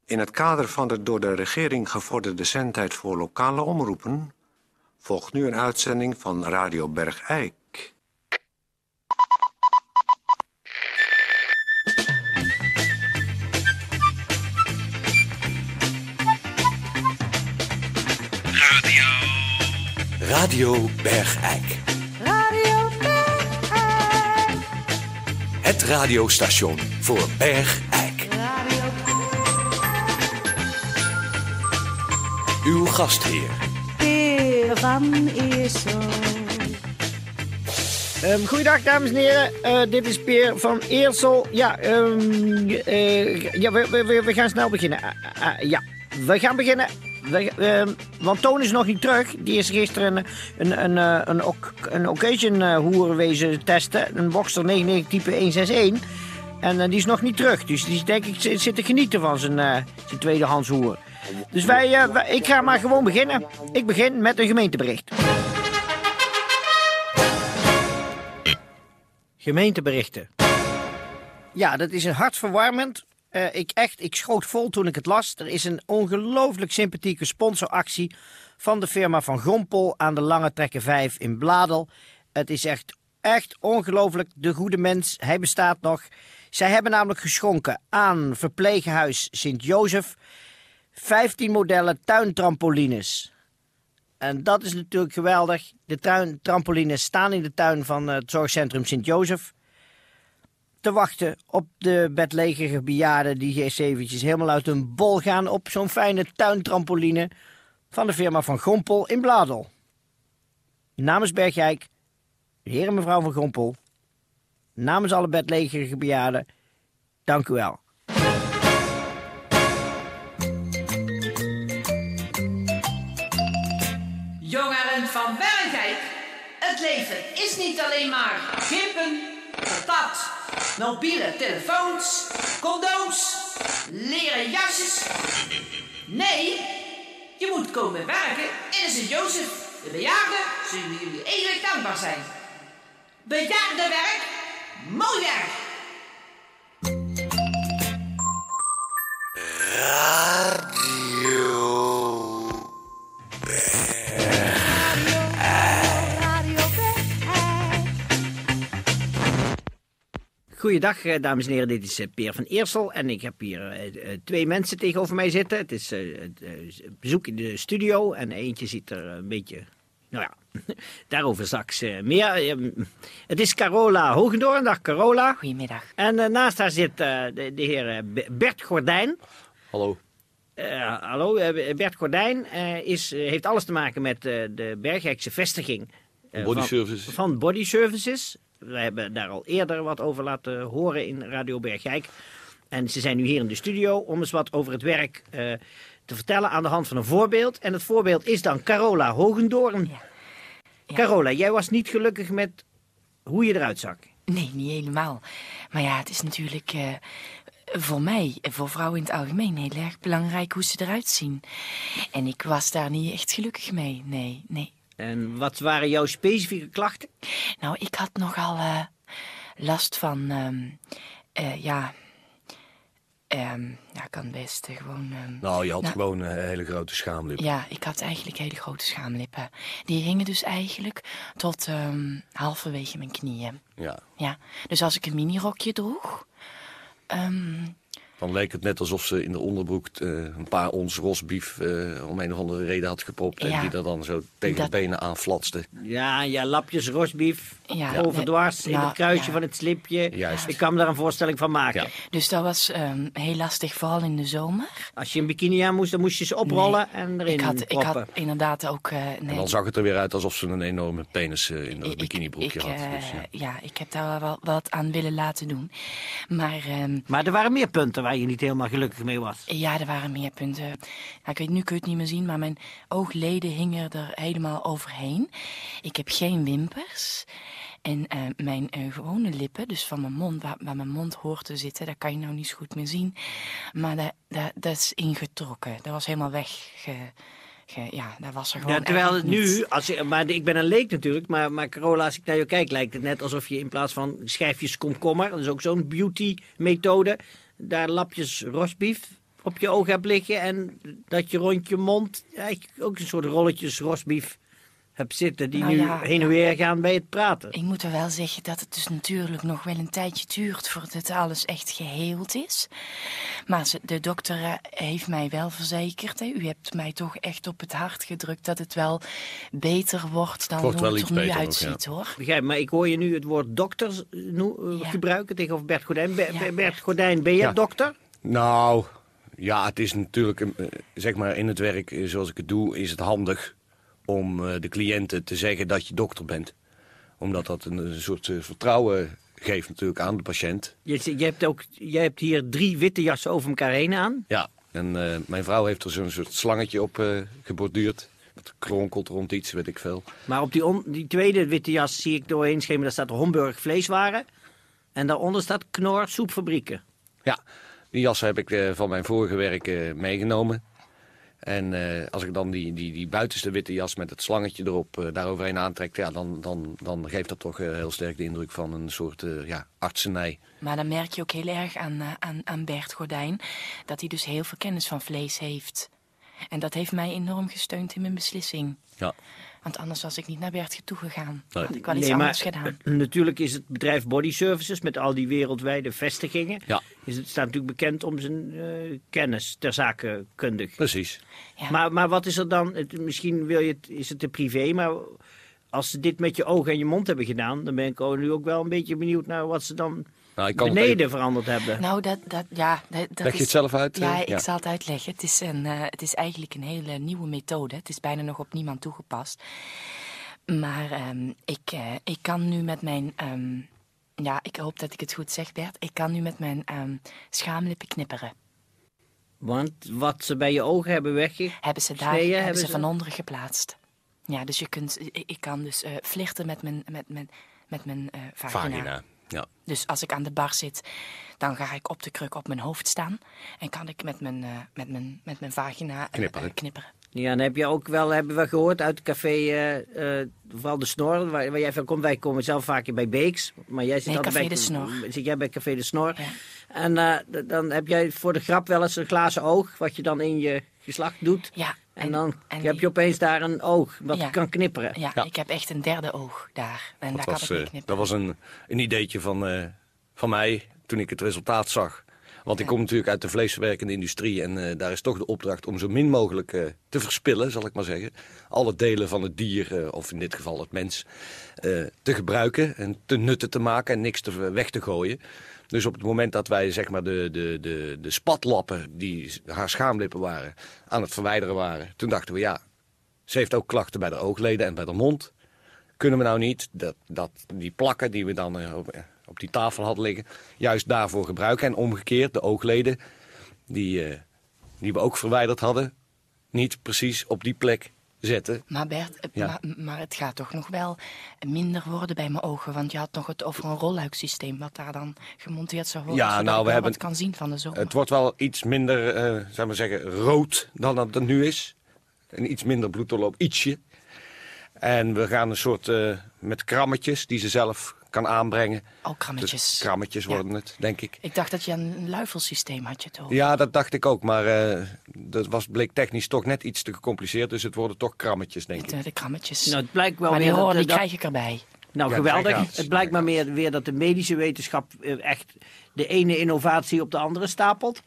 In het kader van de door de regering gevorderde zendtijd voor lokale omroepen volgt nu een uitzending van Radio Bergijk. Radio Bergijk. Radio Bergijk. Het radiostation voor Bergijk. Radio Uw gastheer. Peer van Eersel. Goeiedag dames en heren, dit is Peer van Eersel. Ja, we gaan snel beginnen. Ja, we gaan beginnen. Want Toon is nog niet terug. Die is gisteren een occasion hoer wezen testen. Een Boxster 99 type 161. En die is nog niet terug. Dus die is denk ik zit te genieten van zijn tweedehands hoer. Dus ik ga maar gewoon beginnen. Ik begin met een gemeentebericht. Gemeenteberichten. Ja, dat is een hartverwarmend. Ik schoot vol toen ik het las. Er is een ongelooflijk sympathieke sponsoractie van de firma Van Gompel aan de Lange Trekke 5 in Bladel. Het is echt ongelooflijk. De goede mens, hij bestaat nog. Zij hebben namelijk geschonken aan verpleeghuis Sint-Jozef 15 modellen tuintrampolines. En dat is natuurlijk geweldig. De tuintrampolines staan in de tuin van het zorgcentrum Sint-Jozef te wachten op de bedlegerige bejaarden die eens eventjes helemaal uit hun bol gaan op zo'n fijne tuintrampoline van de firma Van Gompel in Bladel. Namens Bergijk, de heer en mevrouw Van Gompel, namens alle bedlegerige bejaarden, dank u wel. Jongeren van Bergijk, het leven is niet alleen maar kippen, patat, mobiele telefoons, condooms, leren jasjes. Nee, je moet komen werken in Sint-Jozef. De bejaarden zullen jullie eeuwig dankbaar zijn. Bejaardenwerk, mooi werk. Goeiedag, dames en heren, dit is Peer van Eersel en ik heb hier twee mensen tegenover mij zitten. Het is bezoek in de studio en eentje ziet er een beetje, nou ja, daarover straks meer. Het is Carola Hogendoorn. Dag Carola. Goedemiddag. En naast haar zit de heer Bert Gordijn. Hallo. Hallo, Bert Gordijn heeft alles te maken met de Bergijkse vestiging van Body Services. We hebben daar al eerder wat over laten horen in Radio Bergijk. En ze zijn nu hier in de studio om eens wat over het werk te vertellen aan de hand van een voorbeeld. En het voorbeeld is dan Carola Hogendoorn. Ja. Ja. Carola, jij was niet gelukkig met hoe je eruit zag. Nee, niet helemaal. Maar ja, het is natuurlijk voor mij en voor vrouwen in het algemeen heel erg belangrijk hoe ze eruit zien. En ik was daar niet echt gelukkig mee, nee. En wat waren jouw specifieke klachten? Nou, ik had nogal last van, ik kan best gewoon... je had gewoon hele grote schaamlippen. Ja, ik had eigenlijk hele grote schaamlippen. Die hingen dus eigenlijk tot halverwege mijn knieën. Ja. Dus als ik een minirokje droeg... Dan leek het net alsof ze in de onderbroek een paar ons rosbief om een of andere reden had gepropt. En die er dan zo tegen de benen aan flatste. Ja, lapjes rosbief, Ja, overdwars in het kruisje van het slipje. Juist. Ik kan me daar een voorstelling van maken. Ja. Dus dat was heel lastig, vooral in de zomer. Als je een bikini aan moest, dan moest je ze oprollen en erin Ik proppen. had inderdaad ook... En dan zag het er weer uit alsof ze een enorme penis in dat bikinibroekje had. Dus, ik heb daar wel wat aan willen laten doen. Maar er waren meer punten waar je niet helemaal gelukkig mee was. Ja, er waren meer punten. Nou, ik weet, nu kun je het niet meer zien, maar mijn oogleden hingen er helemaal overheen. Ik heb geen wimpers. En mijn gewone lippen, dus van mijn mond, waar mijn mond hoort te zitten, dat kan je nou niet zo goed meer zien. Maar dat is ingetrokken. Dat was helemaal weg. Dat was er gewoon. Ja, terwijl het nu, niet. maar ik ben een leek natuurlijk, maar Carola, als ik naar jou kijk, lijkt het net alsof je in plaats van schijfjes komkommer, dat is ook zo'n beauty methode, daar lapjes rosbief op je ogen hebt liggen en dat je rond je mond eigenlijk ook een soort rolletjes rosbief hebt zitten die heen en weer gaan bij het praten. Ik moet er wel zeggen dat het dus natuurlijk nog wel een tijdje duurt voordat het alles echt geheeld is. Maar de dokter heeft mij wel verzekerd, u hebt mij toch echt op het hart gedrukt dat het wel beter wordt dan hoe het er nu uitziet, hoor. Begrijp, maar ik hoor je nu het woord dokter gebruiken tegenover Bert Gordijn. Bert Gordijn, ben je dokter? Nou, ja, het is natuurlijk, zeg maar in het werk zoals ik het doe, is het handig om de cliënten te zeggen dat je dokter bent. Omdat dat een soort vertrouwen geeft natuurlijk aan de patiënt. Jij hebt hier 3 witte jassen over elkaar heen aan. Ja, en mijn vrouw heeft er zo'n soort slangetje op geborduurd. Dat kronkelt rond iets, weet ik veel. Maar op die tweede witte jas zie ik doorheen schemeren, daar staat Homburg vleeswaren. En daaronder staat Knor soepfabrieken. Ja, die jassen heb ik van mijn vorige werk meegenomen. En als ik dan die buitenste witte jas met het slangetje erop daaroverheen aantrek, ja, dan geeft dat toch heel sterk de indruk van een soort artsenij. Maar dan merk je ook heel erg aan Bert Gordijn dat hij dus heel veel kennis van vlees heeft. En dat heeft mij enorm gesteund in mijn beslissing. Ja. Want anders was ik niet naar Bert toegegaan. Nee. Had ik wel iets anders gedaan. Natuurlijk is het bedrijf Body Services met al die wereldwijde vestigingen. Ja. Het staat natuurlijk bekend om zijn kennis ter zake kundig. Precies. Ja. Maar wat is er dan? Misschien is het te privé, maar als ze dit met je ogen en je mond hebben gedaan, dan ben ik nu ook wel een beetje benieuwd naar wat ze dan beneden veranderd hebben. Nou, dat leg je het zelf uit? Ja, ik zal het uitleggen. Het is eigenlijk een hele nieuwe methode. Het is bijna nog op niemand toegepast. Maar ik kan nu met mijn... ik hoop dat ik het goed zeg, Bert. Ik kan nu met mijn schaamlippen knipperen. Want wat ze bij je ogen hebben hebben ze van onderen geplaatst. Ja, dus ik kan dus flirten met mijn vagina. Ja. Dus als ik aan de bar zit, dan ga ik op de kruk op mijn hoofd staan en kan ik met mijn vagina knipperen. Ja, en hebben we gehoord uit het café, vooral de Snor, waar jij van komt. Wij komen zelf vaak bij Beeks. Maar jij zit altijd Café de Snor. Zit jij bij Café de Snor. Ja. En dan heb jij voor de grap wel eens een glazen oog, wat je dan in je geslacht doet. Ja. En dan heb je opeens daar een oog, wat kan knipperen. Ja, ik heb echt een derde oog daar. En daar kan ik mee knipperen. Dat was een ideetje van mij toen ik het resultaat zag. Want ik kom natuurlijk uit de vleesverwerkende industrie en daar is toch de opdracht om zo min mogelijk te verspillen, zal ik maar zeggen. Alle delen van het dier, of in dit geval het mens, te gebruiken en te nutten te maken en niks weg te gooien. Dus op het moment dat wij zeg maar de spatlappen die haar schaamlippen waren aan het verwijderen waren, toen dachten we ze heeft ook klachten bij de oogleden en bij de mond. Kunnen we nou niet die plakken die we dan op die tafel hadden liggen, juist daarvoor gebruiken. En omgekeerd, de oogleden, die we ook verwijderd hadden, niet precies op die plek zetten. Maar Bert, maar het gaat toch nog wel minder worden bij mijn ogen. Want je had nog het over een rolluiksysteem wat daar dan gemonteerd zou worden. Ja, nou, we hebben wat kan zien van de zomer. Het wordt wel iets minder, zou maar zeggen, rood dan dat het nu is. Een iets minder bloeddoorloop, ietsje. En we gaan een soort met krammetjes die ze zelf kan aanbrengen. Oh, krammetjes. Dus krammetjes worden het, denk ik. Ik dacht dat je een luifelsysteem had je toch? Ja, dat dacht ik ook. Maar dat bleek technisch toch net iets te gecompliceerd. Dus het worden toch krammetjes, denk ik. De krammetjes. Nou, het blijkt wel maar die krijg ik erbij. Nou, geweldig. Het blijkt maar weer dat de medische wetenschap echt de ene innovatie op de andere stapelt.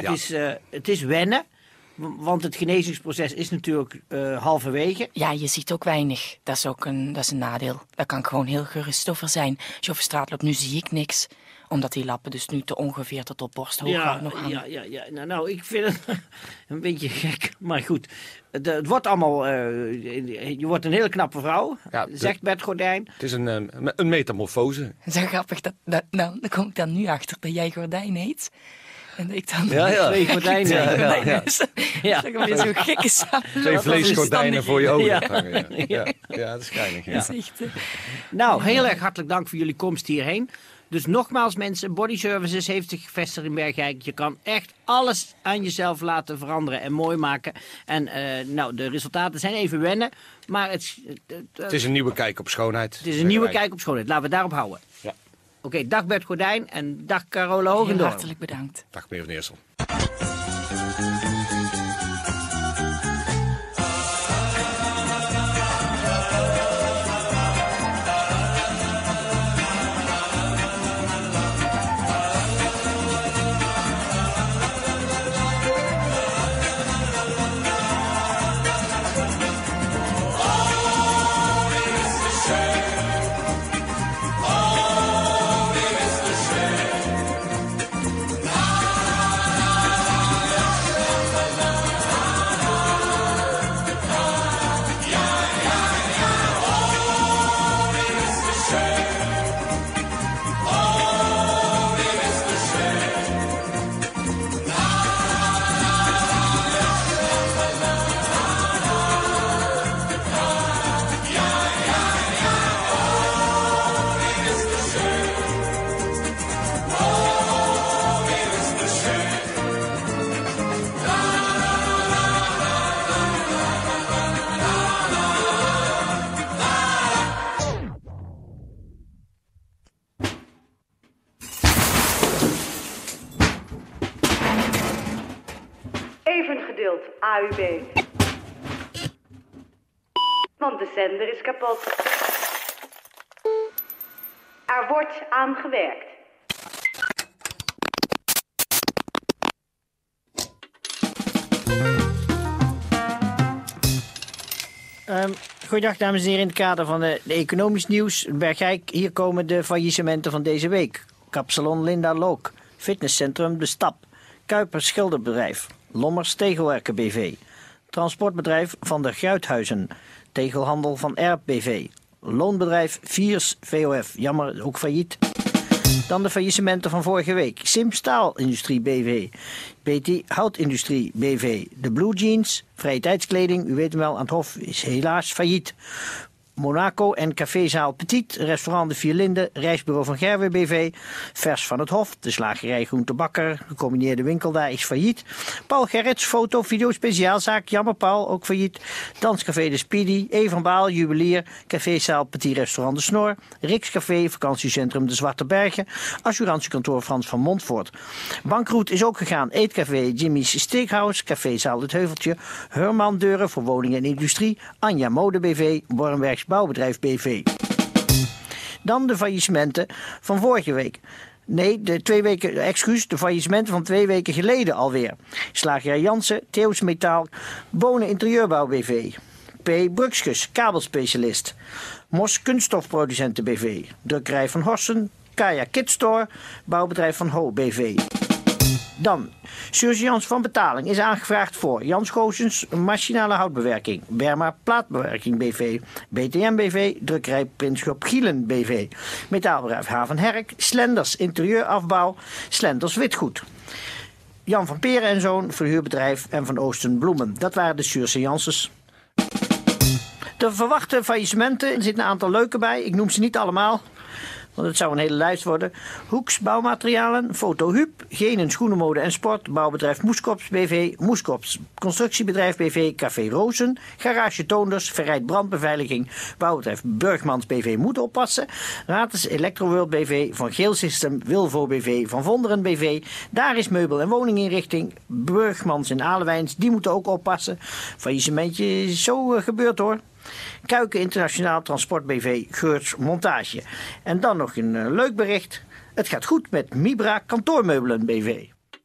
Het is wennen. Want het genezingsproces is natuurlijk halverwege. Ja, je ziet ook weinig. Dat is een nadeel. Daar kan ik gewoon heel gerust over zijn. Als je over straat loopt, nu zie ik niks. Omdat die lappen dus nu te ongeveer tot op borsthoogte nog hangen. Ja. Nou, ik vind het een beetje gek. Maar goed, het wordt allemaal... je wordt een hele knappe vrouw, zegt Bert Gordijn. Het is een metamorfose. Zo grappig. Dan kom ik dan nu achter dat jij Gordijn heet. En ik dan twee gordijnen. Ja. Zeg maar zo'n gekke samen. 2 vleesgordijnen voor je ogen hangen. Ja, dat is geinig. Ja. Nou, heel erg hartelijk dank voor jullie komst hierheen. Dus nogmaals mensen, Body Services heeft zich gevestigd in Bergijk. Je kan echt alles aan jezelf laten veranderen en mooi maken. En de resultaten zijn even wennen. Maar het is een nieuwe kijk op schoonheid. Het is een nieuwe kijk op schoonheid. Laten we het daarop houden. Ja. Oké, dag Bert Gordijn en dag Carola Hogendoorn. Hartelijk bedankt. Dag meneer Van Eersel. Even geduld, AUB. Want de zender is kapot. Er wordt aan gewerkt. Goedendag dames en heren, in het kader van de economisch nieuws. Bergijk, hier komen de faillissementen van deze week. Kapsalon Linda Look, fitnesscentrum De Stap, Kuipers Schilderbedrijf, Lommers Tegelwerken BV, transportbedrijf Van der Guithuizen, tegelhandel van Erp BV, loonbedrijf Viers VOF, jammer ook failliet. Dan de faillissementen van vorige week. Sim Staalindustrie BV, BT Houtindustrie BV, de Blue Jeans, vrije tijdskleding, u weet hem wel, aan het Hof is helaas failliet. Monaco en cafézaal Petit, restaurant De Vier Linden, reisbureau Van Gerwen BV, Vers van het Hof, de slagerij Groente Bakker, gecombineerde winkel daar is failliet. Paul Gerrits, foto, video speciaalzaak, jammer Paul, ook failliet. Danscafé De Speedy, E. van Baal, juwelier, cafézaal Petit restaurant De Snor, Riks Café, vakantiecentrum De Zwarte Bergen, assurantiekantoor Frans van Montfort. Bankroet is ook gegaan, Eetcafé Jimmy's Steakhouse, cafézaal Het Heuveltje, Heurman Deuren voor woningen en industrie, Anja Mode BV, Bornbergs Bouwbedrijf BV. Dan de faillissementen van vorige week. Nee, de faillissementen van 2 weken geleden alweer. Slagerij Jansen, Theos Metaal, Bonen Interieurbouw BV. P. Bruxkus, kabelspecialist. Mos Kunststofproducenten BV. Drukkerij Van Horsten, Kaya Kitstore, Bouwbedrijf Van Ho BV. Dan, surveillance van betaling is aangevraagd voor Jans Goossens, machinale houtbewerking, Berma plaatbewerking BV, BTM BV, drukkerij Prinschop Gielen BV, metaalbedrijf Haven Herk, Slenders interieurafbouw, Slenders witgoed. Jan van Peren en Zoon, verhuurbedrijf en Van Oosten Bloemen. Dat waren de surveillances. De verwachte faillissementen, er zitten een aantal leuke bij, ik noem ze niet allemaal. Want het zou een hele lijst worden. Hoeks Bouwmaterialen, Foto Huub, Genen Schoenenmode en Sport, Bouwbedrijf Moeskops BV, Moeskops Constructiebedrijf BV, Café Rozen, Garage Toonders, Verrijd Brandbeveiliging, Bouwbedrijf Burgmans BV moet oppassen, Rates Electroworld BV, Van Geel System, Wilvo BV, Van Vonderen BV, Daar is Meubel en Woninginrichting, Burgmans in Alewijns, die moeten ook oppassen. Faillissementje is zo gebeurd hoor. Kuiken Internationaal Transport BV, Geurts Montage. En dan nog een leuk bericht. Het gaat goed met Mibra Kantoormeubelen BV.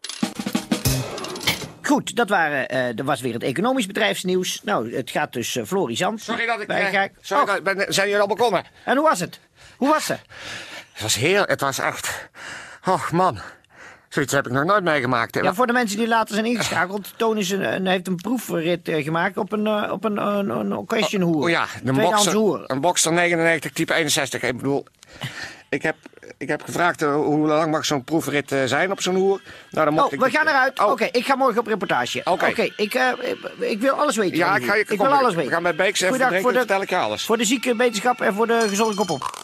Goed, dat was weer het economisch bedrijfsnieuws. Nou, het gaat dus florisant. Sorry dat ik... zijn jullie al begonnen? En hoe was het? Hoe was het? Het was echt... Och man, zoiets heb ik nog nooit meegemaakt. Ja, voor de mensen die later zijn ingeschakeld. Toon heeft een proefrit gemaakt op een questionhoer. Oh ja, een Boxster 99 type 61. Ik bedoel, ik heb gevraagd hoe lang mag zo'n proefrit zijn op zo'n hoer. Nou, dan mocht we gaan eruit. Oké, ik ga morgen op reportage. Oké, ik wil alles weten. Ja, ik wil alles weten. We gaan bij Beeks even drinken, vertel ik je alles. Voor de zieke wetenschap en voor de gezonde kop op.